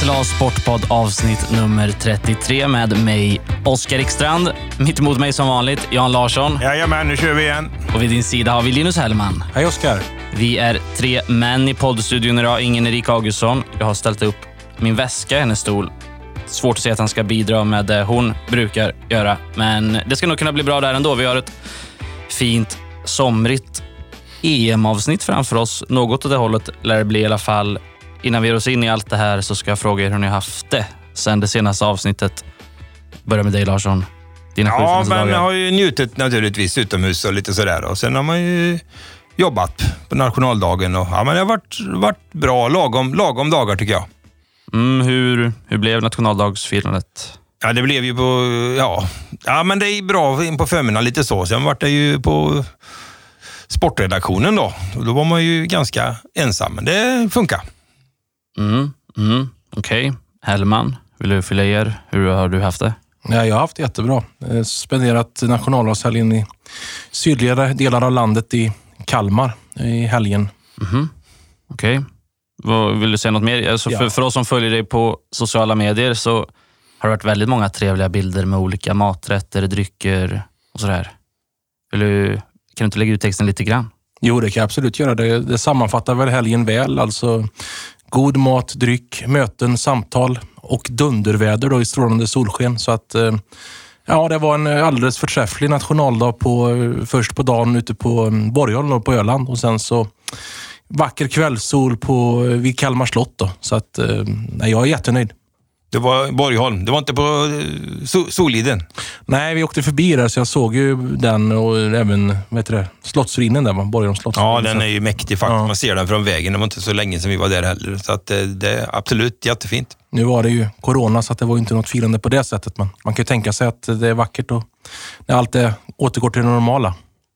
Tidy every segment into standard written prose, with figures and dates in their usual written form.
SLA Sportpodd avsnitt nummer 33 med mig, Oskar Ekstrand. Mitt emot mig som vanligt, Jan Larsson. Jajamän, nu kör vi igen. Och vid din sida har vi Linus Hellman. Hej Oskar. Vi är 3 män i poddstudion idag, ingen Erik Augustsson. Jag har ställt upp min väska i hennes stol. Svårt att se att han ska bidra med det hon brukar göra. Men det ska nog kunna bli bra där ändå. Vi har ett fint, somrigt EM-avsnitt framför oss. Något åt det hållet lär det bli i alla fall. Innan vi ger oss in i allt det här så ska jag fråga er hur ni har haft det sen det senaste avsnittet. Börja med dig, Larsson. Dina men jag har ju njutit naturligtvis utomhus och lite sådär. Och sen har man ju jobbat på nationaldagen. Och, men det har varit bra, lagom dagar tycker jag. Hur blev nationaldagsfirandet? Ja, det blev ju på... Ja, men det är bra in på förmiddagen lite så. Sen var det ju på sportredaktionen då. Och då var man ju ganska ensam, men det funkar. Okej. Hellman, vill du fylla er? Hur har du haft det? Ja, jag har haft det jättebra. Spenderat nationaldagshelgen i sydligare delar av landet i Kalmar i helgen. Okej. Vill du säga något mer? Alltså för oss som följer dig på sociala medier så har det varit väldigt många trevliga bilder med olika maträtter, drycker och sådär. Kan du inte lägga ut texten lite grann? Jo, det kan jag absolut göra. Det sammanfattar väl helgen väl. Alltså god mat, dryck, möten, samtal och dunderväder då i strålande solsken. Så att det var en alldeles förträfflig nationaldag först på dagen ute på Borgholm och på Öland. Och sen så vacker kvällssol vid Kalmar slott då. Så att jag är jättenöjd. Det var Borgholm. Det var inte på Soliden. Nej, vi åkte förbi där så jag såg ju den och även slottsruinen där, Borgholms slott. Ja, den är ju mäktig faktiskt. Ja. Man ser den från vägen. Det var inte så länge sedan vi var där heller. Så att det är absolut jättefint. Nu var det ju corona så att det var inte något firande på det sättet. Men man kan ju tänka sig att det är vackert och när allt det återgår till det normala.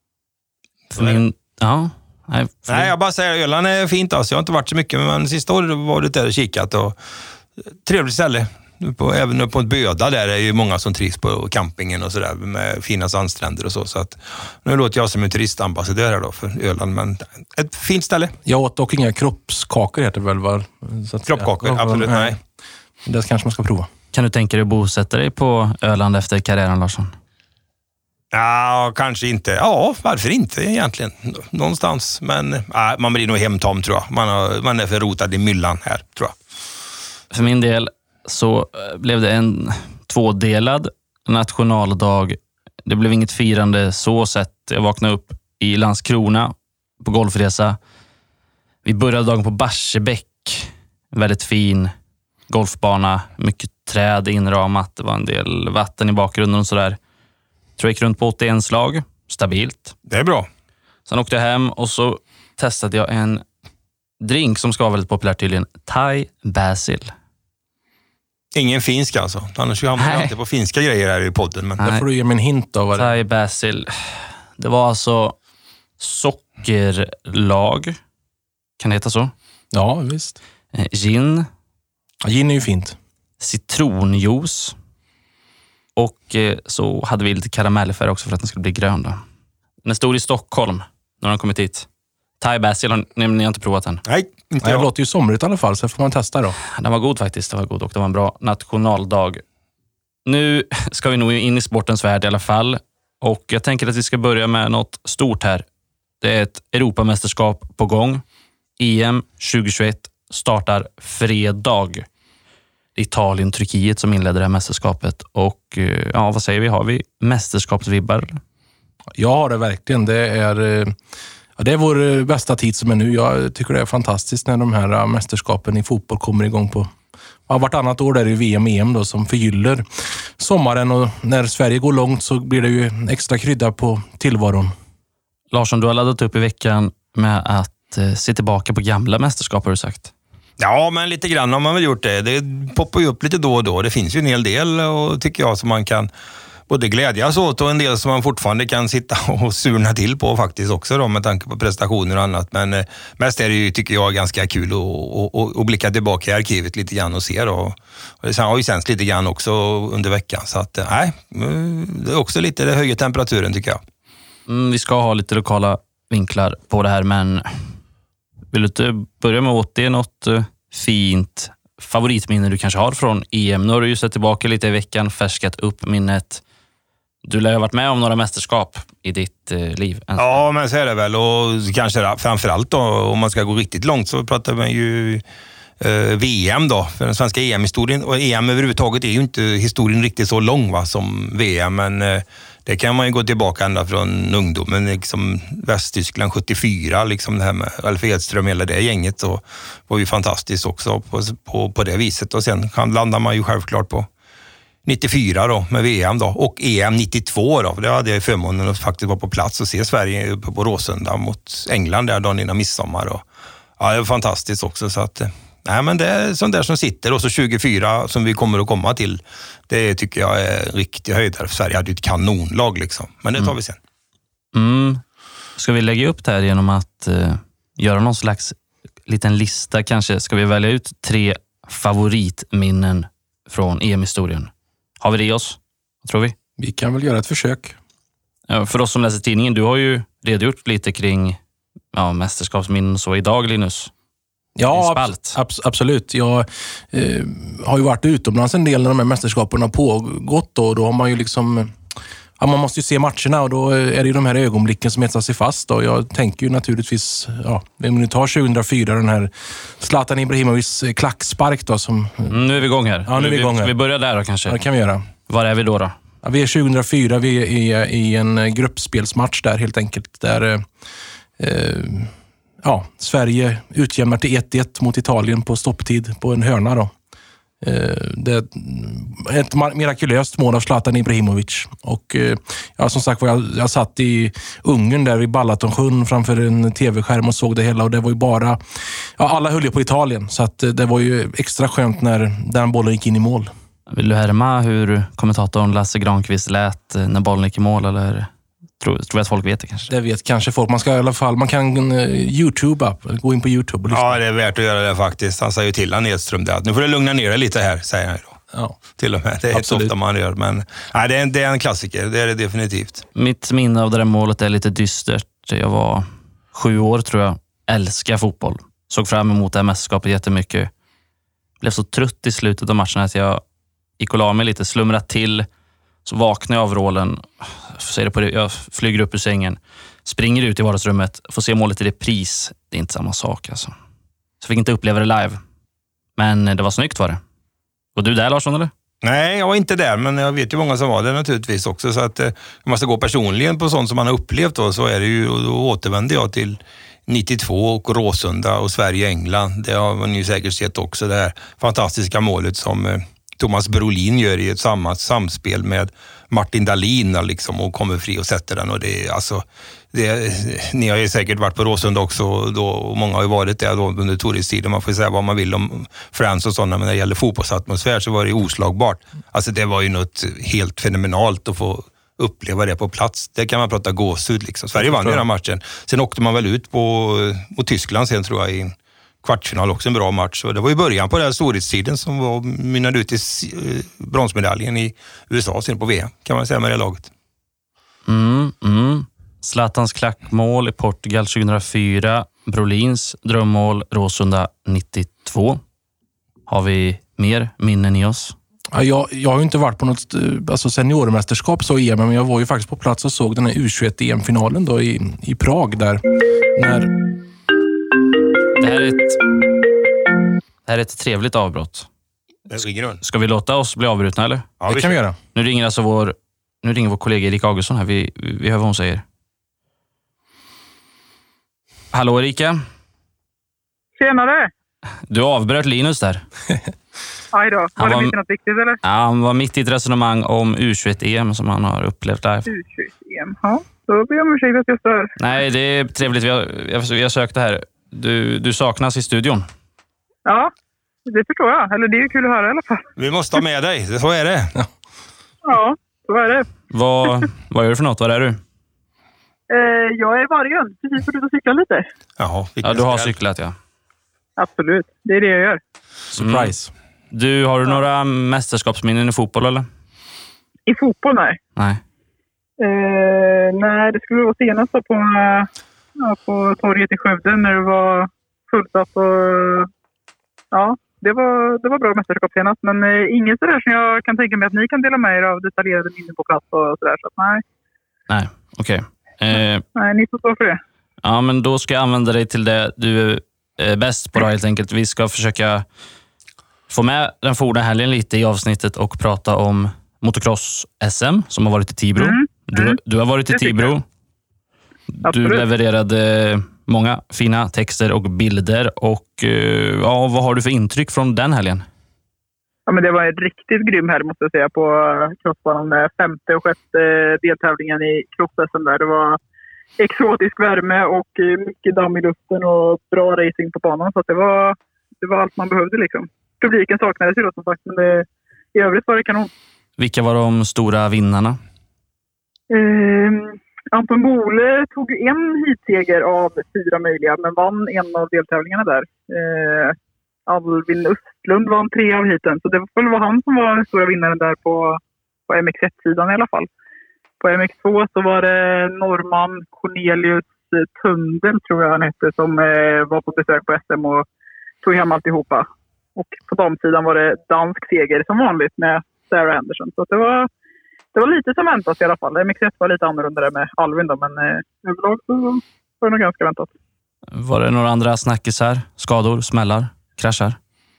Nej, jag bara säger Öland är fint alltså. Jag har inte varit så mycket, men sista året var det där och kikat och trevligt ställe. Även på ett Böda där är ju många som trivs på campingen och sådär med fina sandstränder och så att nu låter jag som en turistambassadör här då för Öland, men ett fint ställe. Jag åt dock inga kroppskakor heter det väl va? Kroppskakor, absolut nej. Det kanske man ska prova. Kan du tänka dig att bosätta dig på Öland efter karriären, Larsson? Ja, kanske inte. Ja, varför inte egentligen? Någonstans, men man blir nog hemtam tror jag. Man är för rotad i myllan här tror jag. För min del så blev det en 2-delad nationaldag. Det blev inget firande så sett. Jag vaknade upp i Landskrona på golfresa. Vi började dagen på Barsebäck. Väldigt fin golfbana. Mycket träd inramat. Det var en del vatten i bakgrunden och sådär. Tror jag gick runt på 81 slag. Stabilt. Det är bra. Sen åkte jag hem och så testade jag en drink som ska vara väldigt populär tydligen. Thai Basil. Ingen finsk alltså. Annars hamnar jag inte på finska grejer här i podden. Men där får du ge mig en hint av vad det är. Thai Basil. Det var alltså sockerlag. Kan det heta så? Ja, visst. Gin. Gin är ju fint. Citronjuice. Och så hade vi lite karamellfärg också för att den skulle bli grön då. Den är stor i Stockholm när den kommit hit. Thai Basil, ni har inte provat den? Nej, inte jag. Det låter ju somrigt i alla fall, så får man testa då. Den var god faktiskt, det var god och det var en bra nationaldag. Nu ska vi nog in i sportens värld i alla fall. Och jag tänker att vi ska börja med något stort här. Det är ett Europamästerskap på gång. EM 2021 startar fredag. Det är Italien, Turkiet som inledde det här mästerskapet. Och vad säger vi? Har vi mästerskapsvibbar? Jag har det verkligen. Det är vår bästa tid som är nu. Jag tycker det är fantastiskt när de här mästerskapen i fotboll kommer igång på vartannat år. Där är det VM och EM då, som förgyller sommaren. Och när Sverige går långt så blir det ju extra krydda på tillvaron. Larsson, du har laddat upp i veckan med att se tillbaka på gamla mästerskap, har du sagt. Ja, men lite grann har man väl gjort det. Det poppar ju upp lite då och då. Det finns ju en hel del och tycker jag som man kan både glädjas åt och en del som man fortfarande kan sitta och surna till på faktiskt också då, med tanke på prestationer och annat. Men mest är det ju, tycker jag, ganska kul att blicka tillbaka i arkivet lite grann och se då. Och det har ju känts lite grann också under veckan. Så att det är också lite, det höjer temperaturen tycker jag. Vi ska ha lite lokala vinklar på det här, men vill du inte börja med att återge något fint favoritminne du kanske har från EM. Nu har du ju sett tillbaka lite i veckan, färskat upp minnet. Du lär ha varit med om några mästerskap i ditt liv. Ja, men så är det väl. Och kanske framförallt då, om man ska gå riktigt långt så pratar man ju VM då, för den svenska EM-historien. Och EM överhuvudtaget är ju inte historien riktigt så lång va, som VM, men det kan man ju gå tillbaka ända från ungdomen, liksom Västtyskland 74, liksom det här med Alf Edström, hela det gänget, så var ju fantastiskt också på det viset. Och sen landar man ju självklart på 94 då med VM då, och EM 92 då, för det hade jag förmånen att faktiskt vara på plats och se Sverige uppe på Råsunda mot England där dagen innan midsommar. Och ja, det var fantastiskt också, så att nej, men det är sånt där som sitter. Och så 24 som vi kommer att komma till, det tycker jag är riktigt höjdare. För Sverige hade ju ett kanonlag liksom, men det tar vi sen. Ska vi lägga upp det här genom att göra någon slags liten lista kanske? Ska vi välja ut 3 favoritminnen från EM-historien? Har vi det i oss? Vad tror vi? Vi kan väl göra ett försök. För oss som läser tidningen, du har ju redogjort lite kring mästerskapsminnen så idag, Linus. Ja, absolut. Jag har ju varit utomlands en del när de här mästerskapen har pågått och då har man ju liksom... Ja, man måste ju se matcherna och då är det ju de här ögonblicken som etsar sig fast. Och jag tänker ju naturligtvis, om du tar 2004, den här Zlatan Ibrahimovics klackspark då som... Nu är vi igång här. Ja, nu är vi igång här. Vi börjar där då kanske. Ja, det kan vi göra. Var är vi då? Ja, vi är 2004, vi är i en gruppspelsmatch där helt enkelt. Där Sverige utjämnar till 1-1 mot Italien på stopptid på en hörna då. Det är ett mirakulöst mål av Zlatan Ibrahimovic. Och som sagt jag satt i Ungern där vid Balatonsjön framför en tv-skärm och såg det hela, och det var ju bara alla höll ju på Italien, så att det var ju extra skönt när den bollen gick in i mål. Vill du härma hur kommentatorn Lasse Granqvist lät när bollen gick i mål, eller tror jag att folk vet det kanske? Det vet kanske folk. Man ska i alla fall, man kan gå in på YouTube och lyssna. Ja, det är värt att göra det faktiskt. Han säger ju till Edström det att nu får du lugna ner dig lite här, säger han då. Ja. Till och med. Det är så ofta man gör, men nej, det är en klassiker, det är det definitivt. Mitt minne av det där målet är lite dystert. Jag var 7 år tror jag. Älskar fotboll. Såg fram emot det här mästerskapet jättemycket. Blev så trött i slutet av matchen att jag gick och la mig lite, slumrat till. Så vaknar jag av rollen. Jag flyger upp ur sängen. Springer ut i vardagsrummet. Får se målet i repris. Det är inte samma sak alltså. Så jag fick inte uppleva det live. Men det var snyggt var det. Var du där, Larsson, eller? Nej, jag var inte där, men jag vet ju många som var där naturligtvis också. Så att om man ska gå personligen på sånt som man har upplevt då, så är det ju, då återvänder jag till 92 och Råsunda och Sverige-England. Det har ni ju säkert sett också, det här fantastiska målet som Thomas Brolin gör i ett samspel med Martin Dahlin liksom, och kommer fri och sätter den. Och det är alltså, ni har ju säkert varit på Råsunda också då, och många har ju varit där då under turisttiden. Man får säga vad man vill om Friends och sådana, men när det gäller fotbollsatmosfär så var det oslagbart. Alltså det var ju något helt fenomenalt att få uppleva det på plats. Det kan man prata gåshud liksom. Sverige vann den här matchen. Sen åkte man väl ut mot Tyskland sen tror jag i kvartsfinal, också en bra match. Och det var ju början på den här storhetstiden som mynnade ut i bronsmedaljen i USA sen på VM, kan man säga, med det laget. Zlatans klackmål i Portugal 2004, Brolins drömmål Råsunda 92. Har vi mer minnen i oss? Ja, jag har ju inte varit på något seniormästerskap så EM, men jag var ju faktiskt på plats och såg den här U21 EM-finalen då i Prag där. Det här är ett trevligt avbrott. Ska vi låta oss bli avbrutna, eller? Ja, det kan vi göra. Nu ringer vår kollega Erika Augustsson här. Vi hör vad hon säger. Hallå Erika? Tjenare! Du avbröt Linus där. Aj då. Var det mitt i något viktigt eller? Ja, han var mitt i ett resonemang om U21-EM som han har upplevt live. U21-EM, ja. Då ber jag om ursäkt att jag stör. Nej, det är trevligt. Vi har sökt det här. Du saknas i studion. Ja, det förstår jag. Eller det är ju kul att höra i alla fall. Vi måste ha med dig, så är det. Ja, så är det. Vad gör du för något? Var är du? Jag är i Vargön. Precis för att cykla lite. Jaha, du har cyklat, ja. Absolut, det är det jag gör. Surprise. Har du några mästerskapsminnen i fotboll, eller? I fotboll, nej. Nej. Nej, det skulle vara senast på torget i Skövde när det var fullsatt och Det var bra mästerskap senast, men inget sådär som jag kan tänka mig att ni kan dela med er av detaljerade minnen på plats och sådär. Så att, nej. Nej, okej. Nej, ni får stå för det. Ja, men då ska jag använda dig till det du är bäst på då, helt enkelt. Vi ska försöka få med den forna helgen lite i avsnittet och prata om motocross-SM som har varit i Tibro. Du har varit i Tibro. Du levererade många fina texter och bilder. Och ja, vad har du för intryck från den helgen? Ja, men det var en riktigt grym helg måste jag säga på crossbanan. Med 5:e och 6:e deltävlingen i cross-SM där. Det var exotisk värme och mycket damm i luften och bra racing på banan. Så att det var allt man behövde liksom. Publiken saknades ju då som sagt, men i övrigt var det kanon. Vilka var de stora vinnarna? Anton Bole tog en heatseger av 4 möjliga, men vann en av deltävlingarna där. Alvin Östlund vann 3 av heaten, så det var han som var den stora vinnaren där på MX1-sidan i alla fall. På MX2 så var det norrman Cornelius Tundel, tror jag han hette, som var på besök på SM och tog hem alltihopa. Och på damsidan var det dansk seger som vanligt med Sarah Anderson. Så det var lite som väntat i alla fall. MX1 var lite annorlunda där med Alvin då, men överlag så var det nog ganska väntat. Var det några andra snackisar? Skador, smällar, kraschar?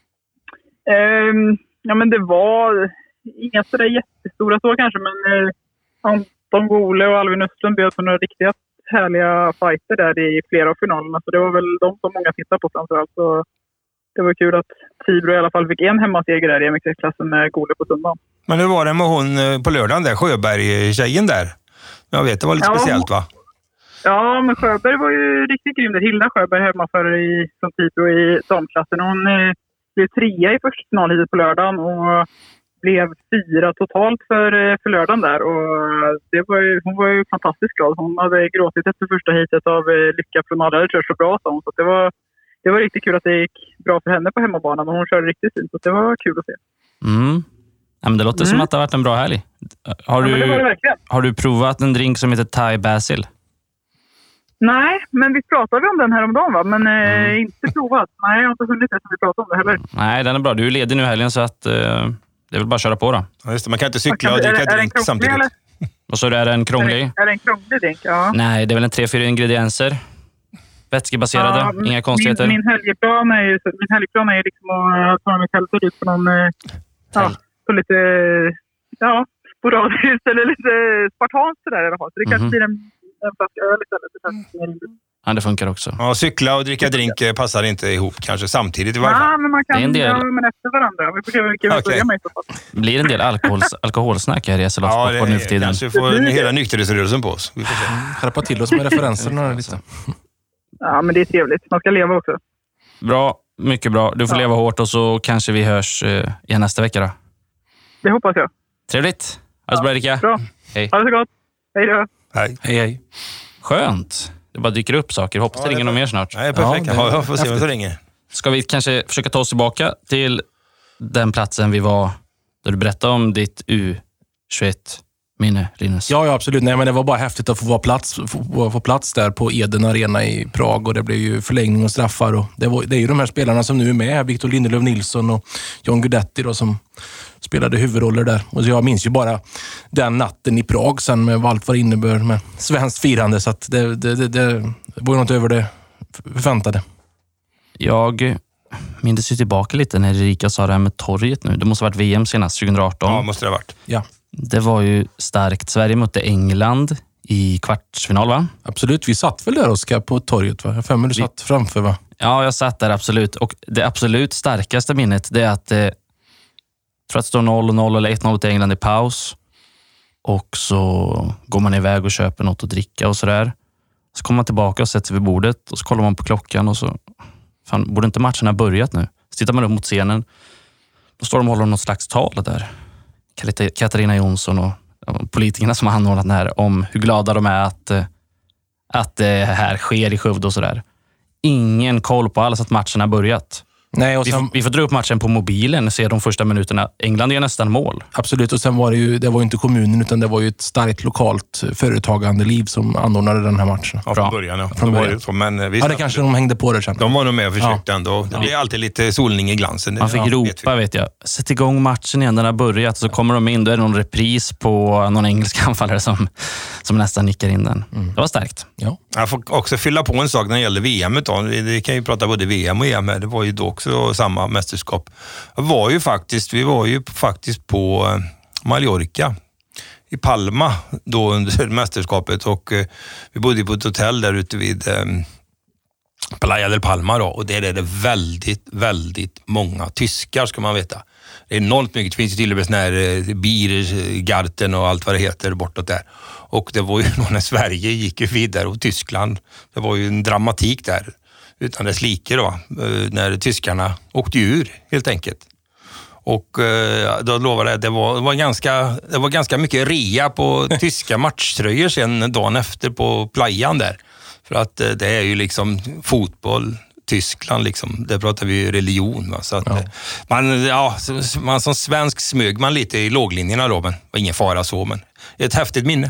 Ja, men det var inga sådär jättestora så kanske, men Anton Gole och Alvin Östlund bjöd på några riktigt härliga fighter där i flera av finalerna. Så det var väl de som många tittar på framförallt. Så det var kul att Tibro i alla fall fick en hemmaseger där i MX1-klassen med Gole på söndagen. Men hur var det med hon på lördagen där, Sjöberg-tjejen där? Jag vet, det var lite speciellt va? Ja, men Sjöberg var ju riktigt grym där. Hilda Sjöberg hemmaförare från Tibro i damklassen. Hon blev 3 i första finalheatet på lördagen och blev 4 totalt för lördagen där. Och hon var ju fantastiskt glad. Hon hade gråtit efter första heatet av lycka från alla. Det tror jag så bra, så det var riktigt kul att det gick bra för henne på hemmabanan och hon körde riktigt fint, så det var kul att se. Ja, men det låter som att det har varit en bra helg. Har du provat en drink som heter Thai Basil? Nej, men vi pratade om den här om dagen va? Men inte provat. Nej, jag har inte hunnit det som vi pratade om det heller. Nej, den är bra. Du är ledig nu helgen så att det är väl bara att köra på då. Ja, just det. Man kan inte cykla och dricka drink samtidigt. Eller? Och så är det en krånglig? Är det en krånglig drink, ja. Nej, det är väl en 3-4 ingredienser. Vätskebaserade, inga konstigheter. Min helgplan är ju liksom att ta mig tältet ut på någon på lite sporadiskt eller lite spartanskt där i alla fall. Så det kanske blir en flaska öl istället. Ja, det funkar också. Ja, cykla och dricka drink passar inte ihop kanske samtidigt i varje fall. Ja, men man kan men efter varandra. Vi får se vilken vi börjar med i så fall. Blir en del alkoholsnack här i SLA Sport på nu för tiden. Kanske får hela nykterhetsrörelsen på oss. Vi får se. Skärpa till oss med referenserna lite. Ja, men det är trevligt. Man ska leva också. Bra, mycket bra. Du får leva hårt och så kanske vi hörs igen nästa vecka då. Det hoppas jag. Trevligt. Ha det bra, Erika. Bra. Hej. Ha det så gott. Hej då. Hej. Hej. Skönt. Det bara dyker upp saker. Hoppas det ringer någon mer snart. Nej, perfekt. Jag får se vem som ringer. Ska vi kanske försöka ta oss tillbaka till den platsen vi var där du berättade om ditt U21-minne, Linus? Ja, absolut. Nej, men det var bara häftigt att få plats där på Eden Arena i Prag och det blev ju förlängning och straffar. Och det är ju de här spelarna som nu är med, Victor Lindelöf Nilsson och John Guidetti då, som spelade huvudroller där. Och så jag minns ju bara den natten i Prag sen med allt vad det innebär med svenskt firande, så att det var ju något över det förväntade. Jag minns ju tillbaka lite när Erika sa det här med torget nu. Det måste ha varit VM senast, 2018. Ja, måste det ha varit. Ja. Det var ju starkt. Sverige mötte England i kvartsfinal, va? Absolut, vi satt väl där, Oskar, på torget, va? 5 minuter satt framför, va? Ja, jag satt där, absolut. Och det absolut starkaste minnet, det är att jag tror att det står 0-0 eller 1-0 till England i paus. Och så går man iväg och köper något att dricka och sådär. Så kommer man tillbaka och sätter vid bordet och så kollar man på klockan och så, fan, borde inte matchen ha börjat nu? Så tittar man upp mot scenen. Då står de och håller något slags tal där. Katarina Jonsson och politikerna som har anordnat den här, om hur glada de är att det här sker i Skövde och sådär. Ingen koll på alls att matchen har börjat. Nej, och sen, vi får dra upp matchen på mobilen och se de första minuterna. England gör nästan mål. Absolut, och sen var det var ju inte kommunen utan det var ju ett starkt lokalt företagande liv som anordnade den här matchen. Ja, från början. Ja. Från början. Så, men visst, Ja, det kanske de hängde på det sen. de var nog med och försökte ändå. Det blir alltid lite solning i glansen. Man fick ropa, vet jag. Sätt igång matchen igen, den har börjat. Så kommer de in, då är det någon repris på någon engelsk anfallare som nästan nickar in den. Det var starkt. Ja. Jag får också fylla på en sak när det gäller VM. Vi kan ju prata både VM och EM. Det var ju då också samma mästerskap. Vi var ju faktiskt på Mallorca i Palma då under mästerskapet, och vi bodde på ett hotell där ute vid Playa del Palma då, och där är det väldigt, väldigt många tyskar, ska man veta. Det är enormt mycket, det finns ju till och med sån här Biergarten och allt vad det heter bortåt där. Och det var ju när Sverige gick ju vidare och Tyskland, det var ju en dramatik där utan dess like då, när tyskarna åkte ur helt enkelt. Och då lovade jag att det var ganska mycket rea på tyska matchtröjor sen dagen efter på playan där. För att det är ju liksom fotboll, Tyskland liksom, där pratar vi religion. Va? Så att, man som svensk smög man lite i låglinjerna då, men det var ingen fara så, men ett häftigt minne.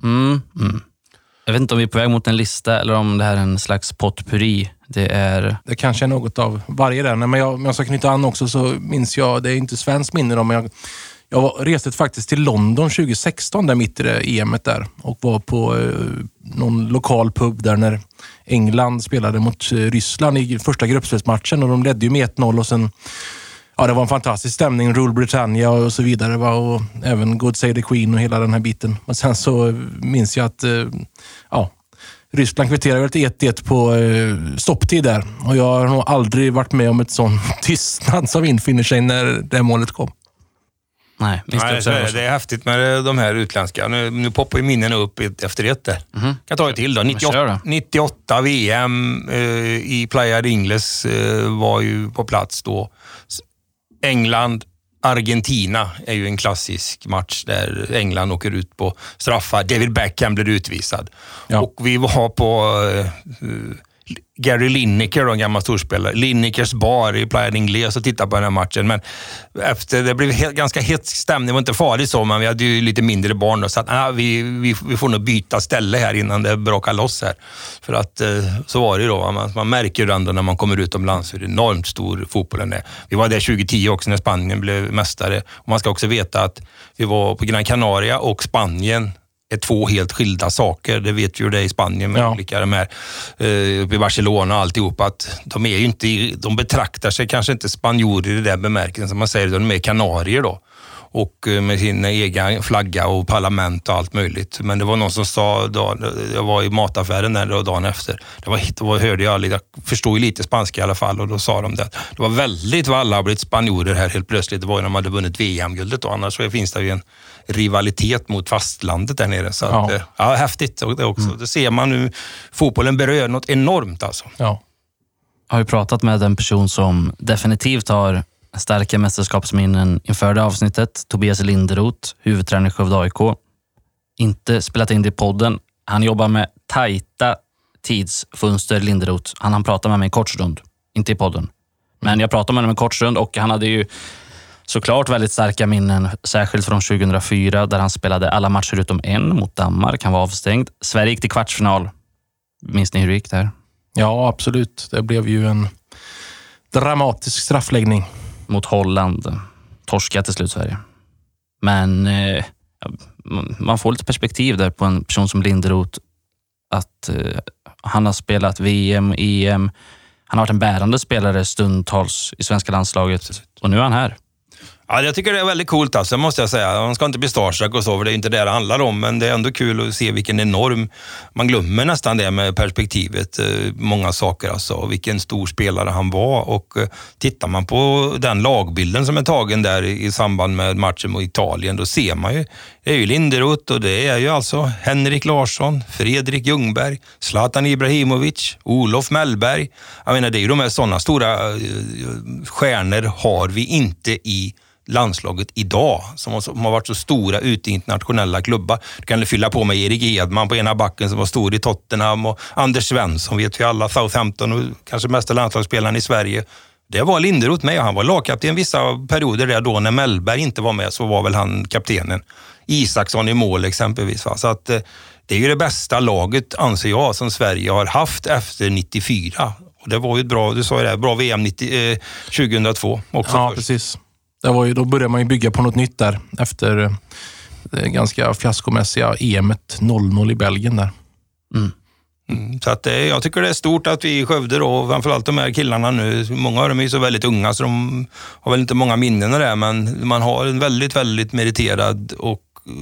Jag vet inte om vi är på väg mot en lista eller om det här är en slags potpurri. Det kanske är något av varje där. Men om jag ska knyta an också så minns jag, det är inte svensk minne då, men jag reste faktiskt till London 2016 där mitt i det EM:et där och var på någon lokal pub där när England spelade mot Ryssland i första gruppspelsmatchen, och de ledde ju med 1-0 och sen det var en fantastisk stämning, Rule Britannia och så vidare, va? Och även God Save the Queen och hela den här biten. Men sen så minns jag att Ryssland kvitterade väl till 1-1 på stopptid där, och jag har nog aldrig varit med om ett sån tystnad som infinner sig när det målet kom. Nej, det är häftigt med de här utländska. Nu poppar ju minnena upp efter ett där. Kan ta ett till då. 98 VM i Playa de Ingles var ju på plats då. England, Argentina är ju en klassisk match där England åker ut på straffar. David Beckham blir utvisad. Ja. Och vi var på Gary Lineker, en gammal storspelare. Linekers bar i Playa de Ingles och tittade på den här matchen. Men efter det blev ganska hetsk stämning. Det var inte farligt så, men vi hade ju lite mindre barn då, så att vi får nog byta ställe här innan det brakar loss här. För att så var det då. Man märker ju ändå när man kommer utomlands hur enormt stor fotbollen är. Vi var där 2010 också när Spanien blev mästare. Och man ska också veta att vi var på Gran Canaria och Spanien är två helt skilda saker. Det vet ju det i Spanien med olika de här uppe i Barcelona och alltihop, att de är ju inte, de betraktar sig kanske inte spanjorer i det där bemärkelsen som man säger, de är kanarier då. Och med sin egen flagga och parlament och allt möjligt. Men det var någon som sa, jag var i mataffären där då, dagen efter. Hörde jag förstod ju lite spanska i alla fall, och då sa de det var väldigt vad alla har blivit spanjorer här helt plötsligt. Det var ju när man hade vunnit VM-guldet då, annars så finns det ju en rivalitet mot fastlandet där nere. Så att, häftigt också. Det ser man nu, fotbollen berör något enormt alltså. Ja. Jag har ju pratat med en person som definitivt har starka mästerskapsminnen inför det avsnittet. Tobias Linderoth, huvudtränare i Skövde AIK. Inte spelat in det i podden. Han jobbar med tajta tidsfönster, Linderoth. Han pratar med mig en kort stund. Inte i podden. Men jag pratade med honom en kort stund, och han hade ju såklart väldigt starka minnen, särskilt från 2004 där han spelade alla matcher utom en mot Danmark. Han var avstängd. Sverige gick till kvartsfinal. Minns ni hur det gick där? Ja, absolut. Det blev ju en dramatisk straffläggning. Mot Holland. Torska till slut Sverige. Men man får lite perspektiv där på en person som Linderoth, att han har spelat VM, EM. Han har varit en bärande spelare stundtals i svenska landslaget, och nu är han här. Ja, jag tycker det är väldigt coolt alltså, måste jag säga. Man ska inte bli starstruck och så, för det är inte det handlar om, men det är ändå kul att se vilken enorm, man glömmer nästan det med perspektivet, många saker alltså, vilken stor spelare han var. Och tittar man på den lagbilden som är tagen där i samband med matchen mot Italien, då ser man ju, det är ju Linderoth, och det är ju alltså Henrik Larsson, Fredrik Ljungberg, Zlatan Ibrahimovic, Olof Mellberg. Jag menar, det är ju de här sådana stora stjärnor har vi inte i landslaget idag, som har varit så stora ute i internationella klubbar. Du kan fylla på med Erik Edman på ena backen som var stor i Tottenham, och Anders Svensson vet vi alla, Southampton och kanske mesta landslagsspelaren i Sverige. Det var Linderoth med. Han var lagkapten vissa perioder där då när Mellberg inte var med, så var väl han kaptenen. Isaksson i mål exempelvis. Va? Så att det är ju det bästa laget, anser jag, som Sverige har haft efter 94. Och det var ju ett bra, du sa ju det, bra VM 2002 också. Ja, först. precis. Det var ju, då började man ju bygga på något nytt där efter det ganska fiaskomässiga EM-et 0-0 i Belgien där. Så att jag tycker det är stort att vi i Skövde då, framförallt de här killarna nu, många av dem är ju så väldigt unga så de har väl inte många minnen av det, men man har en väldigt, väldigt meriterad och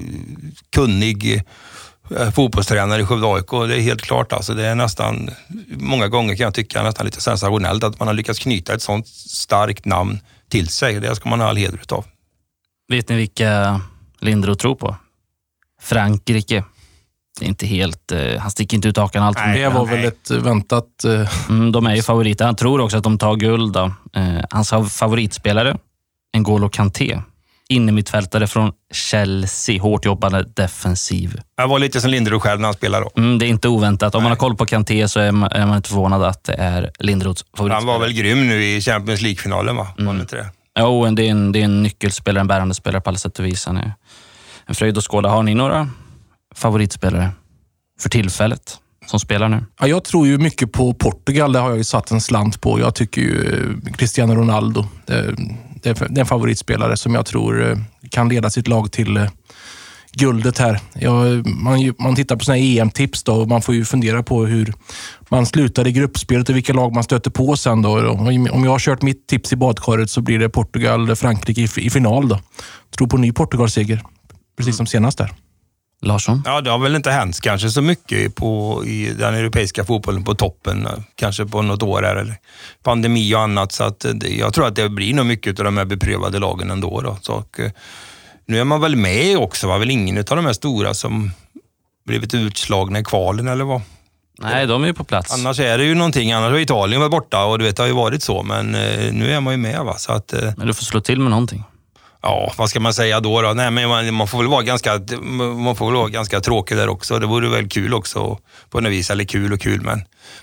kunnig fotbollstränare i Skövde AIK, och det är helt klart alltså, det är nästan, många gånger kan jag tycka nästan lite sensationellt att man har lyckats knyta ett sånt starkt namn till sig. Det ska man ha all heder utav. Vet ni vilka Linderoth tror på? Frankrike. Det är inte helt, han sticker inte ut hakan allt. Det var väl ett väntat... De är ju favoriter. Han tror också att de tar guld då. Hans favoritspelare, N'Golo Kanté. Innermittfältare från Chelsea. Hårt jobbande defensiv. Jag var lite som Linderoth själv när han spelar då. Det är inte oväntat. Om man har koll på Kanté så är man inte förvånad att det är Linderoths favoritspelare. Han var väl grym nu i Champions League-finalen, va? Var det inte det? Jo, det är en nyckelspelare, en bärande spelare på alla sätt och vis. Han är en fröjd och skåda. Har ni några favoritspelare för tillfället som spelar nu? Ja, jag tror ju mycket på Portugal. Det har jag ju satt en slant på. Jag tycker ju Cristiano Ronaldo, det är en favoritspelare som jag tror kan leda sitt lag till guldet här. Man tittar på såna här EM-tips då, och man får ju fundera på hur man slutar i gruppspelet och vilka lag man stöter på sen då. Om jag har kört mitt tips i badkaret så blir det Portugal-Frankrike i final då. Jag tror på ny Portugal-seger, precis som senast där. Larsson? Ja, det har väl inte hänt kanske så mycket i den europeiska fotbollen på toppen, kanske på något år här, eller pandemi och annat, så att jag tror att det blir nog mycket av de här beprövade lagen ändå då. Så, nu är man väl med också, var väl ingen av de här stora som blivit utslagna i kvalen eller vad? Nej, de är ju på plats. Annars är det ju någonting, annars har Italien varit borta och du vet, det har ju varit så, men nu är man ju med, va? Så att, men du får slå till med någonting. Ja, vad ska man säga då? Nej, men man får väl vara ganska tråkig där också. Det vore väl kul också på något vis, eller kul, men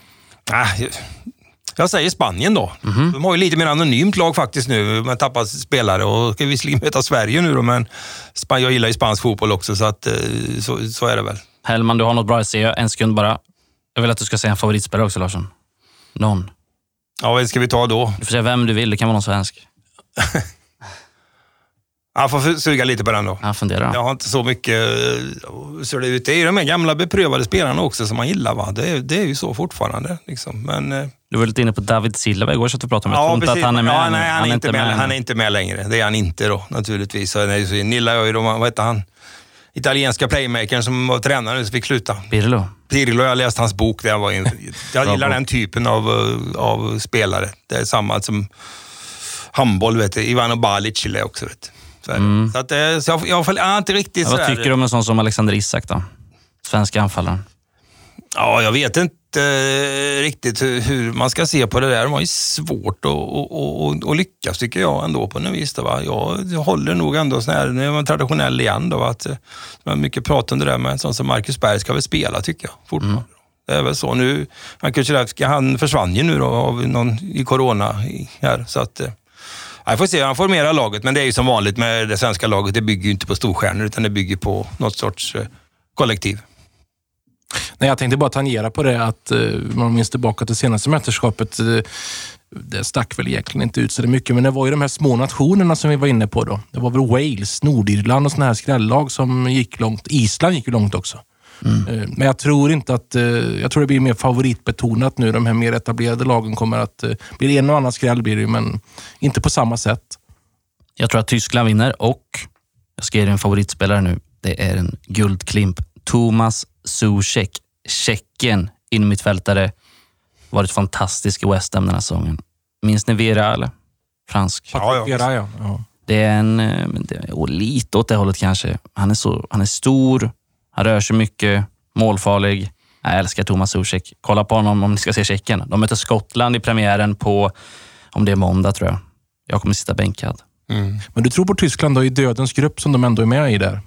jag säger Spanien då. De har ju lite mer anonymt lag faktiskt nu. Man tappar spelare och ska visserligen möta Sverige nu då, men jag gillar ju spansk fotboll också, så att så är det väl. Hellman, du har något bra att säga. En sekund bara. Jag vill att du ska säga en favoritspelare också, Larsson. Någon. Ja, vad ska vi ta då? Du får säga vem du vill, det kan vara någon svensk. Jag får suga lite på den då. Jag funderar. Jag har inte så mycket så det är ju de här gamla beprövade spelarna också som man gillar, va? Det är ju så fortfarande liksom. Men du var lite inne på David Silva igår så att vi pratade om. Ja, inte att han är med. Ja, nej, han är inte med längre. Det är han inte då, naturligtvis. Så Nilla är ju då, vad heter han? Italienska playmakern som var tränare nu, så fick sluta. Pirlo, jag har läst hans bok. Jag gillar den typen av spelare. Det är samma som handboll, vet du. Ivano Balic är också, vet du. Så att jag är inte riktigt så. Vad tycker du om en sån som Alexander Isak då? Svenska anfallaren. Ja, jag vet inte riktigt hur man ska se på det där. Det var ju svårt att lyckas, tycker jag ändå på något vis. Va? Jag håller nog ändå sån här, nu är man traditionell igen då, att man mycket pratar om det där med en sån som Marcus Berg ska väl spela, tycker jag fortfarande. Det är väl så nu. Han försvann ju nu då av någon i corona här, så att jag får se, han formerar laget, men det är ju som vanligt med det svenska laget, det bygger ju inte på storstjärnor utan det bygger på något sorts kollektiv. Nej, jag tänkte bara tangera på det att man minns tillbaka till senaste mästerskapet, det stack väl egentligen inte ut så mycket, men det var ju de här små nationerna som vi var inne på då. Det var väl Wales, Nordirland och såna här skrällag som gick långt. Island gick ju långt också. Men jag tror inte att jag tror det blir mer favoritbetonat nu. De här mer etablerade lagen kommer att bli en och annan skräll blir det, men inte på samma sätt. Jag tror att Tyskland vinner och jag ska ge dig en favoritspelare nu. Det är en guldklimp. Thomas Soucek, Tjeckien, innermittfältare, varit fantastisk i West Ham den här säsongen. Minns ni Vera eller? Fransk. Vera, ja. Det är lite åt det hållet kanske. Han är stor. Han rör sig mycket, målfarlig. Jag älskar Thomas Soucek. Kolla på honom om ni ska se Tjeckien. De möter Skottland i premiären på, om det är måndag tror jag. Jag kommer sitta bänkad. Men du tror på Tyskland då i dödens grupp som de ändå är med i där?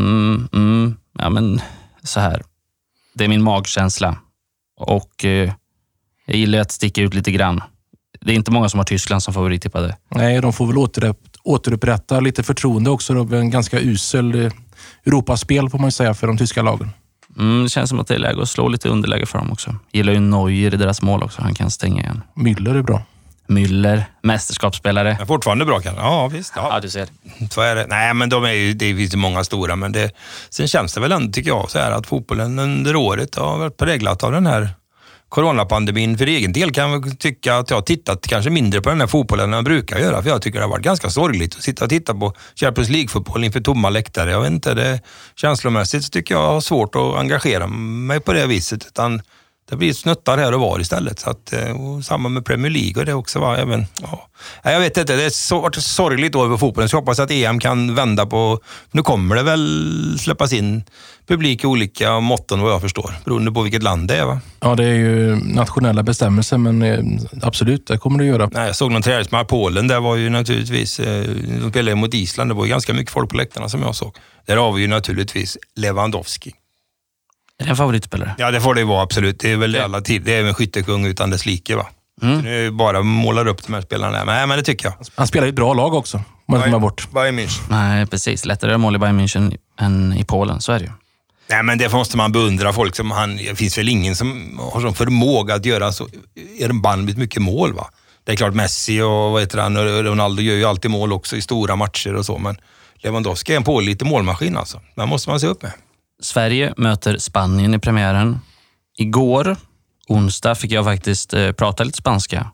Ja, men så här. Det är min magkänsla. Och jag gillar att sticka ut lite grann. det är inte många som har Tyskland som favorittippade. Nej, de får väl återupprätta lite förtroende också. Det är en ganska usel Europaspel får man ju säga för de tyska lagen. Det känns som att det är läge att slå lite underläge för dem också. Gillar ju Neuer i deras mål också. Han kan stänga igen. Müller är bra. Müller, mästerskapsspelare. Men fortfarande bra kan. Ja, visst. Ja, du ser. Så är det. Nej, men det finns ju många stora, men sen känns det väl ändå, tycker jag, så här att fotbollen under året har varit präglat av den här coronapandemin. För egen del kan jag tycka att jag har tittat kanske mindre på den här fotbollen än jag brukar göra, för jag tycker det har varit ganska sorgligt att sitta och titta på Champions League-fotboll inför tomma läktare. Jag vet inte, känslomässigt så tycker jag har svårt att engagera mig på det viset, utan det blir snuttar här och var istället. Så att, och samma med Premier League och det också var även... Ja. Jag vet inte, det är ett sorgligt år för fotbollen. Så jag hoppas att EM kan vända på... Nu kommer det väl släppas in publik i olika måtten vad jag förstår. Beroende på vilket land det är, va? Ja, det är ju nationella bestämmelser, men absolut, det kommer det göra. Nej, jag såg någon träningsmatch Polen. Där var ju naturligtvis... De spelade mot Island. Det var ju ganska mycket folk på läktarna som jag såg. Där har vi ju naturligtvis Lewandowski. Är det en favoritspelare? Ja, det får det vara absolut. Det är väl alla tid. Det är en skyttekung utan dess like, va? Nu bara målar upp de här spelarna där. Nej, men det tycker jag. Han spelar i ett bra lag också. Man kommer bort. Bayern München. Nej, precis. Lättare mål i Bayern München än i Polen, så är det ju. Nej, men det måste man beundra folk som han. Det finns väl ingen som har sån förmåga att göra så erbarmligt mycket mål, va? Det är klart Messi och vad heter han, Ronaldo gör ju alltid mål också i stora matcher och så, men Lewandowski är en pålitlig målmaskin alltså. Det måste man se upp med. Sverige möter Spanien i premiären. Igår, onsdag, fick jag faktiskt prata lite spanska.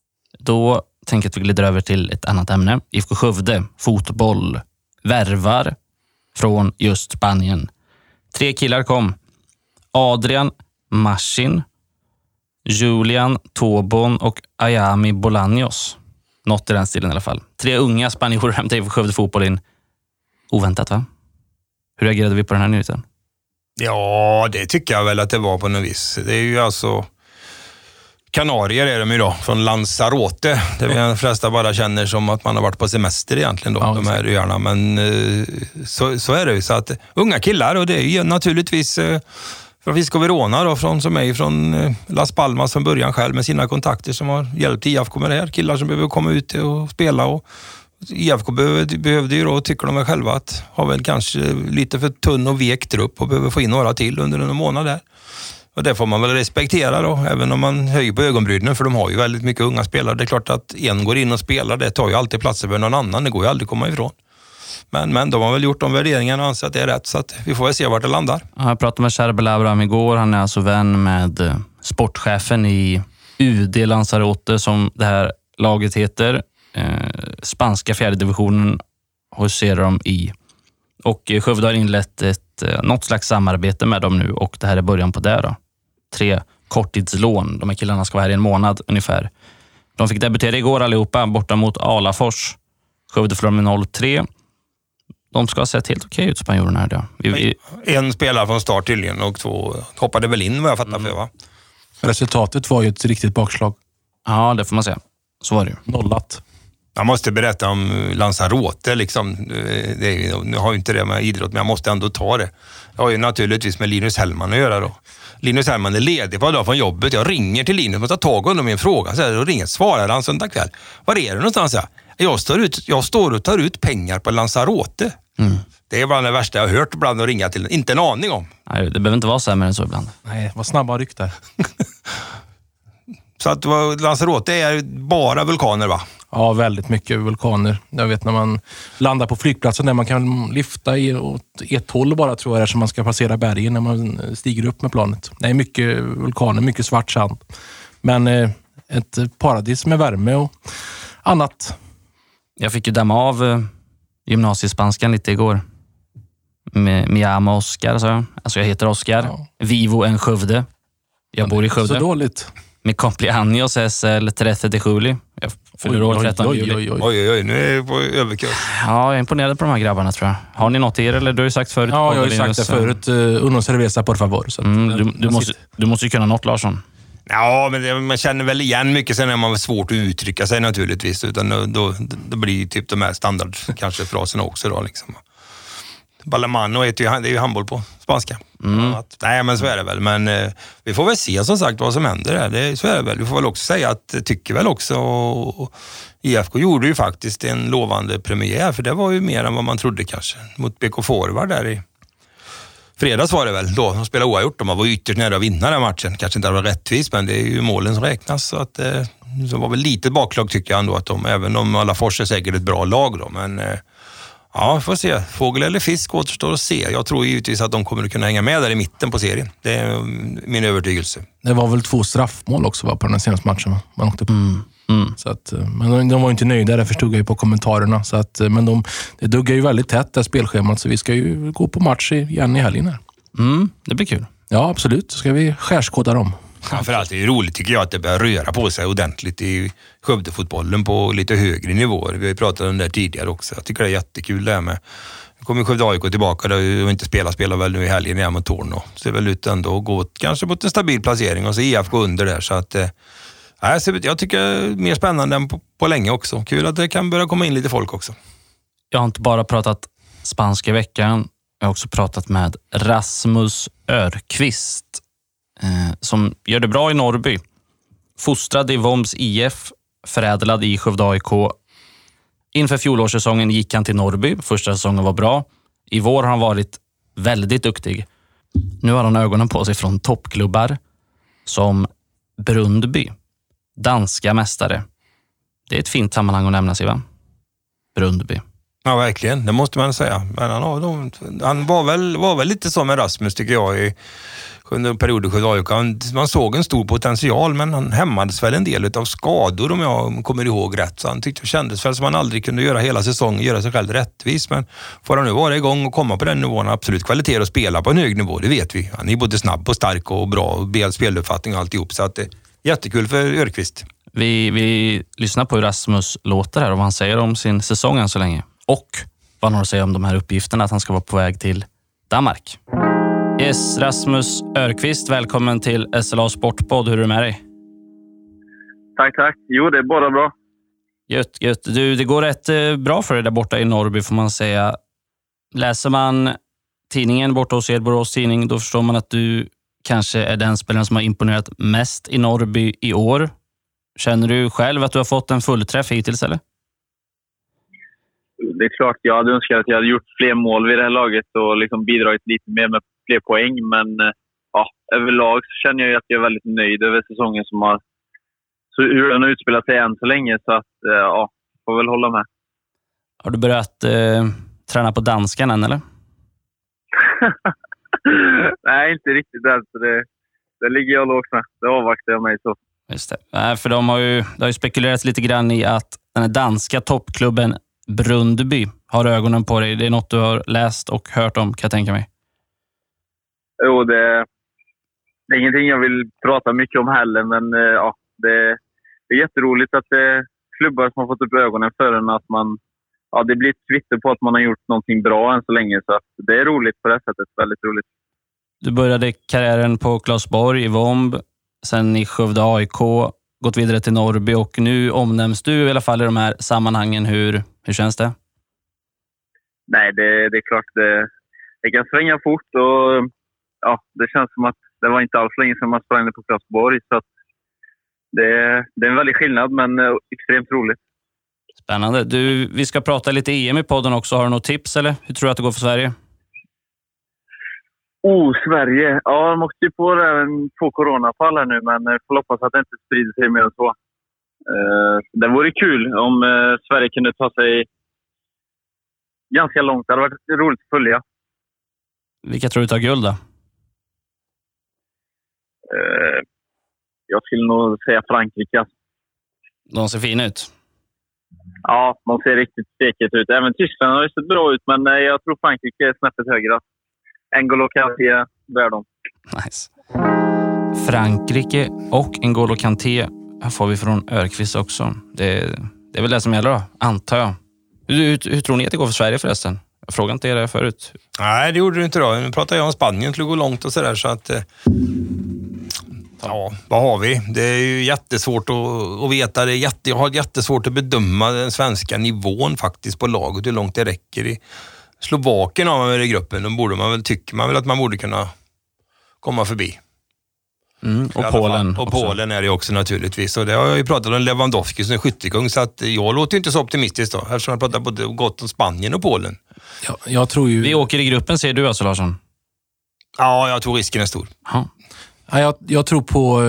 Då tänker jag att vi glider över till ett annat ämne. IFK Skövde, fotboll, värvar från just Spanien. 3 killar kom. Adrian Masin, Julian Tobon och Ayami Bolaños. Något i den stilen i alla fall. 3 unga spanjorer hämtar IFK Skövde fotboll in. Oväntat, va? Hur reagerade vi på den här nyheten? Ja, det tycker jag väl att det var på något vis. Det är ju alltså... Kanarier är de ju då, från Lanzarote. Det är de flesta bara känner som att man har varit på semester egentligen då, de här öarna. Men så är det ju. Så att unga killar, och det är ju naturligtvis från Fisco Verona då, som är från Las Palmas från början själv med sina kontakter som har hjälpt IFK med det här. Killar som behöver komma ut och spela, och IFK behövde ju då, tycker de väl själva, att ha väl kanske lite för tunn och vek trupp och behöver få in några till under en månad där. Och det får man väl respektera då, även om man höjer på ögonbrynen, för de har ju väldigt mycket unga spelare. Det är klart att en går in och spelar, det tar ju alltid platser för någon annan, det går ju aldrig att komma ifrån. Men de har väl gjort de värderingarna och anser att det är rätt, så att vi får väl se vart det landar. Jag pratade med Charbel Abraham igår, han är alltså vän med sportchefen i UD Lanzarote som det här laget heter. Spanska 4:e divisionen huserar de i. Och Skövde har inlett något slags samarbete med dem nu, och det här är början på det då. 3 korttidslån. De här killarna ska vara här i en månad ungefär. De fick debutera igår allihopa borta mot Alafors. Skövde förlorade med 0-3. De ska ha sett helt okej ut, spanjorerna här då. En spelare från start tydligen och 2 hoppade väl in, vad jag fattar för, va? Resultatet var ju ett riktigt bakslag. Ja, det får man säga. Så var det ju. Nollat. Jag måste berätta om Lanzarote liksom. Nu har ju inte det med idrott, men jag måste ändå ta det. Jag har ju naturligtvis med Linus Hellman att göra då. Linus Hellman är ledig på dag från jobbet. Jag ringer till Linus och tar tag under min fråga. Så här, och ringer, svarar han söndag kväll. Var är du någonstans? Jag står och tar ut pengar på Lanzarote. Det är bland det värsta jag har hört ibland att ringa till. Inte en aning om. Nej, det behöver inte vara sämre än så ibland. Nej, vad snabba ryck där. Så att Lanzarote är bara vulkaner, va? Ja, väldigt mycket vulkaner. Jag vet när man landar på flygplatsen där man kan lyfta åt ett håll bara, tror jag, som man ska passera bergen när man stiger upp med planet. Det är mycket vulkaner, mycket svart sand. Men ett paradis med värme och annat. Jag fick ju damma av gymnasiespanskan lite igår. Med Miama Oskar, alltså jag heter Oskar. Ja. Vivo en Skövde. Jag bor i Skövde. Så dåligt. Med cumpleaños SL 30 juli. Jag fyller år 13 juli. Oj, nu är jag på överkurs. Ja, jag är imponerad på de här grabbarna, tror jag. Har ni något i er, eller du har ju sagt förut? Ja, jag har ju sagt det förut. Uno cerveza, por favor. Så du måste ju kunna något, Larsson. Ja, men man känner väl igen mycket, sen är man svårt att uttrycka sig naturligtvis. Utan då blir typ de här standard kanske fraserna också då liksom. Ballamano det är ju handboll på spanska. Nej, men så är det väl. Men vi får väl se som sagt vad som händer där. Så är det väl. Vi får väl också säga att tycker väl också IFK gjorde ju faktiskt en lovande premiär, för det var ju mer än vad man trodde kanske. Mot BK Forward där i fredags var det väl då. De spelade oavgjort. De var ytterst nära att vinna den matchen. Kanske inte var rättvist, men det är ju målen som räknas. Så att det var väl lite baklag tycker jag ändå, att även om alla Fors är säkert ett bra lag då, men ja, får se. Fågel eller fisk återstår att se. Jag tror givetvis att de kommer att kunna hänga med där i mitten på serien. Det är min övertygelse. Det var väl 2 straffmål också på den senaste matchen man åkte på. Så att, men de var inte nöjda, det förstod jag ju på kommentarerna. Så att, men det duggar ju väldigt tätt det spelschemat, så vi ska ju gå på match igen i helgen här. Det blir kul. Ja, absolut. Så ska vi skärskåda dem. Framförallt är det roligt tycker jag att det börjar röra på sig ordentligt i Skövdefotbollen på lite högre nivåer. Vi har ju pratat om det där tidigare också. Jag tycker det är jättekul det här med. Nu kommer Skövde AIK tillbaka där och inte spelar väl nu i helgen igen mot Torno. Ser väl ut ändå att gå kanske mot en stabil placering och så IFK under där. Så att jag tycker det är mer spännande än på länge också. Kul att det kan börja komma in lite folk också. Jag har inte bara pratat spanska i veckan. Jag har också pratat med Rasmus Örqvist som gör det bra i Norrby. Fostrad i Vombs IF, förädlad i Skövde AIK. Inför fjolårssäsongen gick han till Norrby. Första säsongen var bra. I vår har han varit väldigt duktig. Nu har han ögonen på sig från toppklubbar som Brundby, danska mästare. Det är ett fint sammanhang att nämna sig, va? Brundby. Ja, verkligen. Det måste man säga. Men han var väl lite som Rasmus tycker jag under perioden Skövde AIK. Man såg en stor potential, men han hämmades väl en del av skador om jag kommer ihåg rätt. Så han tyckte det kändes väl som han aldrig kunde göra hela säsongen, göra sig själv rättvis. Men får han nu vara igång och komma på den nivån, absolut kvalitet och spela på en hög nivå, det vet vi. Han är både snabb och stark och bra speluppfattning och alltihop. Så att det är jättekul för Örqvist. Vi lyssnar på hur Rasmus låter här och vad han säger om sin säsong än så länge. Och vad han har att säga om de här uppgifterna att han ska vara på väg till Danmark. Yes, Rasmus Örqvist, välkommen till SLA Sportpodd. Hur är det med dig? Tack. Jo, det är bara bra. Gött. Du, det går rätt bra för dig där borta i Norrby får man säga. Läser man tidningen borta hos Borås tidning, då förstår man att du kanske är den spelaren som har imponerat mest i Norrby i år. Känner du själv att du har fått en fullträff hittills, eller? Det är klart, jag hade önskat att jag hade gjort fler mål vid det här laget och liksom bidragit lite mer med fler poäng. Men överlag så känner jag att jag är väldigt nöjd över säsongen så hur den har utspelat sig än så länge. Så att, får väl hålla med. Har du börjat träna på danskan än, eller? Nej, inte riktigt där. Så det ligger jag lågt med. Det avvaktar jag mig så. Just det. För det har ju spekulerats lite grann i att den här danska toppklubben Brundby har ögonen på dig. Det är något du har läst och hört om, kan jag tänka mig. Jo, det är ingenting jag vill prata mycket om heller, men det är jätteroligt att det är klubbar som har fått upp ögonen för en, att det blir ett kvitto på att man har gjort någonting bra än så länge, så att det är roligt på det sättet, väldigt roligt. Du började karriären på Claesborg i Vomb, sen i Skövde AIK, gått vidare till Norrby och nu omnämns du i alla fall i de här sammanhangen. Hur känns det? Nej, det är klart det kan svänga fort och det känns som att det var inte alls länge sedan man sprang på Claesborg, så att det är en väldigt skillnad, men extremt roligt. Spännande. Du, vi ska prata lite EM i podden också. Har du något tips eller? Hur tror du att det går för Sverige? Sverige. Ja, de åkte ju på 2 coronafall här nu, men jag får hoppas att det inte sprider sig mer än så. Det vore kul om Sverige kunde ta sig ganska långt. Det hade varit roligt att följa. Vilka tror du tar guld då? Jag skulle nog säga Frankrike. De ser fina ut. Ja, de ser riktigt stekigt ut. Även Tyskland har ju sett bra ut, men jag tror Frankrike är snäppet högre. N'Golo Kanté bär dem. Nice. Frankrike och N'Golo Kanté får vi från Örqvist också. Det är väl det som gäller då, antar jag. Hur tror ni att det går för Sverige förresten? Jag frågade inte er det förut. Nej, det gjorde du inte då. Nu pratar jag om Spanien, skulle gå långt och sådär, så att... Ja, vad har vi? Det är ju jättesvårt att veta. Jag har jättesvårt att bedöma den svenska nivån faktiskt på laget, hur långt det räcker i Slovakien har man väl i gruppen. Då tycker man väl att man borde kunna komma förbi. Och Polen. Och Polen är det också naturligtvis. Och det har jag ju pratat om Lewandowski som är skyttekung, så att jag låter inte så optimistisk då. Eftersom jag pratar både gott om Spanien och Polen. Ja, jag tror ju... Vi åker i gruppen, ser du alltså, Larsson? Ja, jag tror risken är stor. Ja. Ja, jag tror på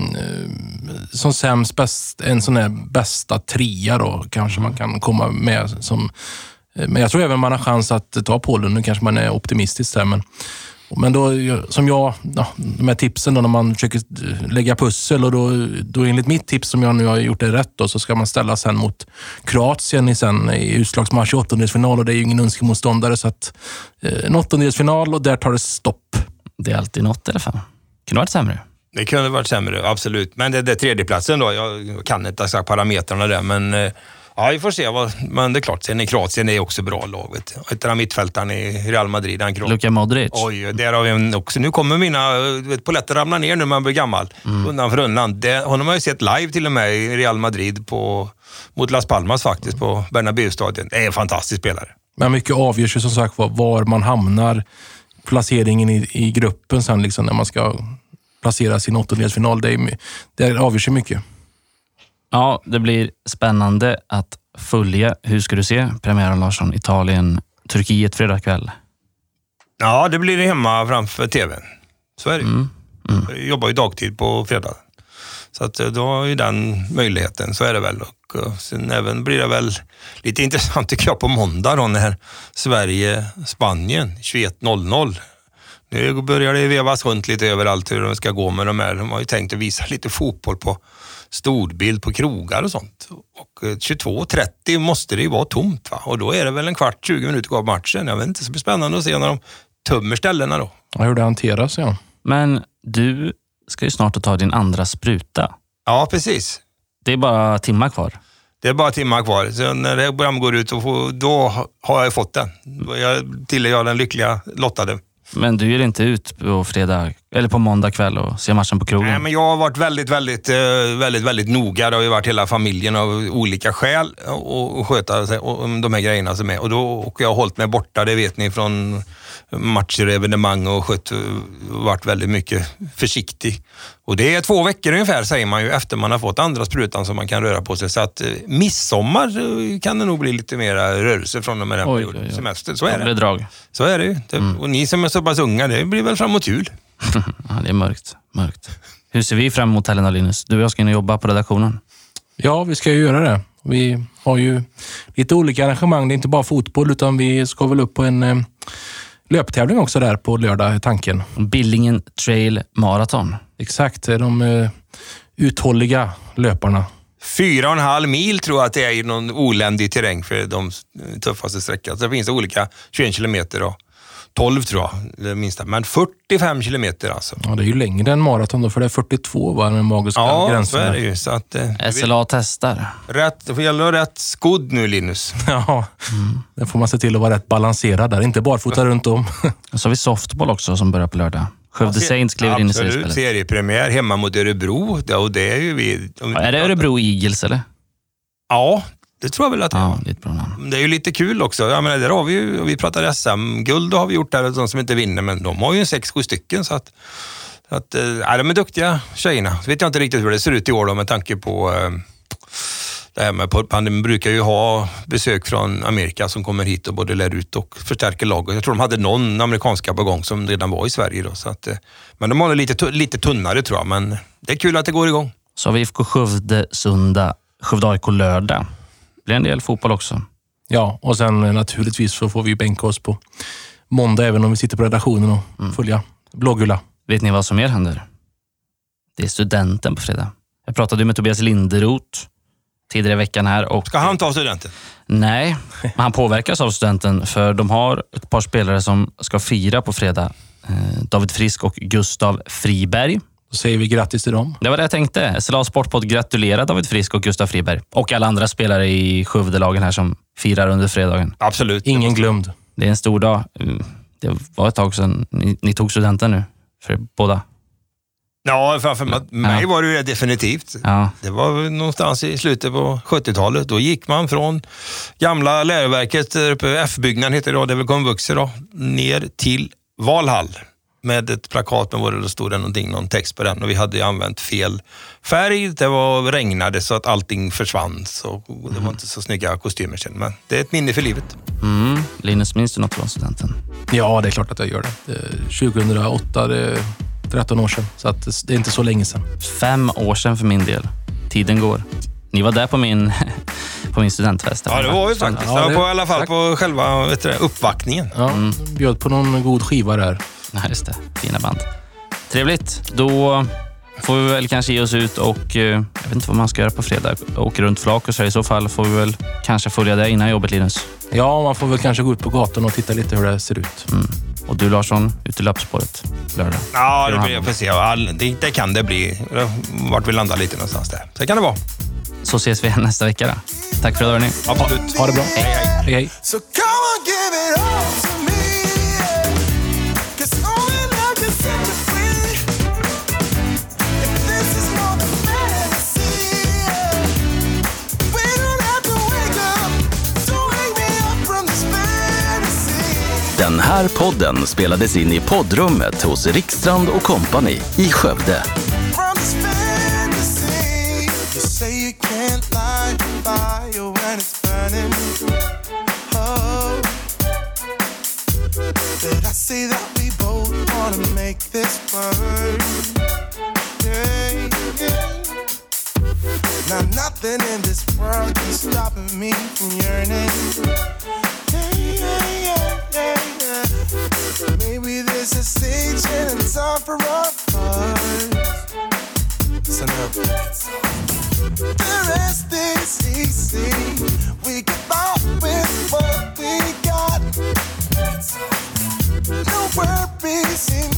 som sämst en sån här bästa trea då. Kanske man kan komma med som... Men jag tror även man har chans att ta Polen. Nu kanske man är optimistisk där, men då, som de här tipsen då, när man försöker lägga pussel, och då enligt mitt tips som jag nu har gjort det rätt då, så ska man ställa sen mot Kroatien i utslagsmatch i åttondelsfinal, och det är ju ingen önskemotståndare, så att en åttondelsfinal, och där tar det stopp. Det är alltid något i alla fall. Kunde det varit sämre? Det kunde varit sämre, absolut. Men det är tredjeplatsen då, jag kan inte exakt parametrarna där, men ja, vi får se. Men det är klart, sen i Kroatien är också bra laget. Ett av mittfältarna i Real Madrid. Luka Modric. Oj, där har vi också. Nu kommer mina poletter ramla ner när man blir gammal. Undan för undan. Honom har ju sett live till och med i Real Madrid mot Las Palmas faktiskt, på Bernabéu-stadion. Det är en fantastisk spelare. Men mycket avgörs ju som sagt var man hamnar, placeringen i gruppen sen liksom, när man ska placera sin åttondelsfinal. Det avgörs ju mycket. Ja, det blir spännande att följa. Hur ska du se premiären, Larsson? Italien, Turkiet fredag kväll? Ja, det blir hemma framför tvn. Så är det. Jag jobbar ju dagtid på fredag. Så att då har ju den möjligheten, så är det väl. Och sen även blir det väl lite intressant tycker jag på måndag då, när Sverige-Spanien 21:00. Nu börjar det vevas runt lite överallt hur de ska gå med de här. De har ju tänkt att visa lite fotboll på storbild på krogar och sånt. Och 22:30 måste det ju vara tomt, va? Och då är det väl en 20 minuter kvar på matchen. Jag vet inte, så blir spännande att se när de tömmer ställena då. Ja, hur det hanteras, ja. Men du ska ju snart ta din andra spruta. Ja, precis. Det är bara timmar kvar. Det är bara timmar kvar. Så när det program går ut, då har jag fått den. Jag tillhör den lyckliga lottade. Men du ger inte ut på fredag eller på måndag kväll och ser matchen på krogen? Nej, men jag har varit väldigt noga. Det har ju varit hela familjen av olika skäl och sköta sig om de här grejerna som är. Och jag har hållit mig borta, det vet ni, från matcher, evenemang och varit väldigt mycket försiktig. Och det är 2 veckor ungefär, säger man ju, efter man har fått andra sprutan som man kan röra på sig. Så att midsommar kan det nog bli lite mer rörelse från och med den perioden. Semester, så är det. Drag. Så är det ju. Och ni som är så pass unga, det blir väl framåt jul. Ja, det är mörkt. Hur ser vi fram emot helgen, Linus? Du och jag ska in och jobba på redaktionen. Ja, vi ska ju göra det. Vi har ju lite olika arrangemang. Det är inte bara fotboll, utan vi ska väl upp på en löptävling också där på lördag, tanken. Billingen Trail Marathon. Exakt, de uthålliga löparna. 4,5 mil tror jag att det är i någon oländig terräng för de tuffaste sträckan. Så det finns olika 21 kilometer och 12 tror jag, det minsta. Men 45 kilometer alltså. Ja, det är ju längre än maraton då, för det är 42 var den magiska gränsen. Ja, så är det ju. Så att, SLA testar. Det får gälla rätt skodd nu, Linus. Ja, det får man se till att vara rätt balanserad där. Inte bara fota runt om. Så har vi softball också som börjar på lördag. Skövde Saints kliver in i seriespelet. Seriepremiär hemma mot Örebro. Och det är ju är det Örebro Eagles eller? Ja, det tror jag väl att det är. Ja, det är ett bra namn. Det är ju lite kul också. Jag menar, där har vi ju, vi pratar SM-guld har vi gjort där, de som inte vinner, men de har ju 6-7 stycken, så att de är duktiga tjejerna. Så vet jag inte riktigt hur det ser ut i år då, med tanke på det här med pandemin. Brukar ju ha besök från Amerika som kommer hit och både lär ut och förstärker laget. Jag tror de hade någon amerikanska på gång som redan var i Sverige då, så att, men de har lite tunnare tror jag, men det är kul att det går igång. Så har vi IFK Skövde söndag, Skövde AIK lördag. Det blir en del fotboll också. Ja, och sen naturligtvis så får vi bänka oss på måndag även om vi sitter på redaktionen och följa blågula. Vet ni vad som mer händer? Det är studenten på fredag. Jag pratade med Tobias Linderoth tidigare i veckan här. Och ska han ta studenten? Nej, men han påverkas av studenten, för de har ett par spelare som ska fira på fredag. David Frisk och Gustav Friberg. Då säger vi grattis till dem. Det var det jag tänkte. SLA Sportpodd gratulerar David Frisk och Gustav Friberg. Och alla andra spelare i Skövdelagen här som firar under fredagen. Absolut. Ingen glömd. Det är en stor dag. Det var ett tag sedan ni tog studenten nu. För båda. Ja, framför mig var det ju definitivt. Ja. Det var någonstans i slutet på 70-talet. Då gick man från gamla läroverket, F-byggnaden heter det, det är väl komvux idag, ner till Valhall med ett plakat med vad det stod någon text på den, och vi hade använt fel färg. Det regnade så att allting försvann, så det var inte så snygga kostymer sen, men det är ett minne för livet. Linus, minns du något från studenten? Ja, det är klart att jag gör det. 2008, det är 13 år sedan, så att det är inte så länge sedan. 5 år sedan för min del. Tiden går. Ni var där på min studentfest. Ja, det var ju faktiskt. Ja, i alla fall på själva uppvaktningen. Ja, bjöd på någon god skiva där. Ja, just det. Fina band. Trevligt. Då får vi väl kanske ge oss ut och jag vet inte vad man ska göra på fredag. Åka runt flak och så. I så fall får vi väl kanske följa det innan jobbet, Linus. Ja, man får väl kanske gå ut på gatan och titta lite hur det ser ut. Och du, Larsson, ut i löpspåret lördag. Ja, det blir jag får se. Det kan det bli. Vart vi landar lite någonstans där. Så kan det vara. Så ses vi nästa vecka då. Tack för det, hörni. Absolut. Ha det bra. Hej, hej. So come on, give it all to me. 'Cause only love can set you free. If this is more than fantasy, we don't have to wake up. So wake me up from this fantasy. Den här podden spelades in i poddrummet hos Rickstrand och Company i Skövde. From this fantasy, you say you can't light fire when it's burning. Oh, but I say that we both wanna make this work. Yeah, yeah. Now nothing in this world is stopping me from yearning. Yeah, yeah, yeah, yeah, yeah. Maybe there's a stage and a time for our hearts. So now, the rest is easy. We get off with what we got. No worries in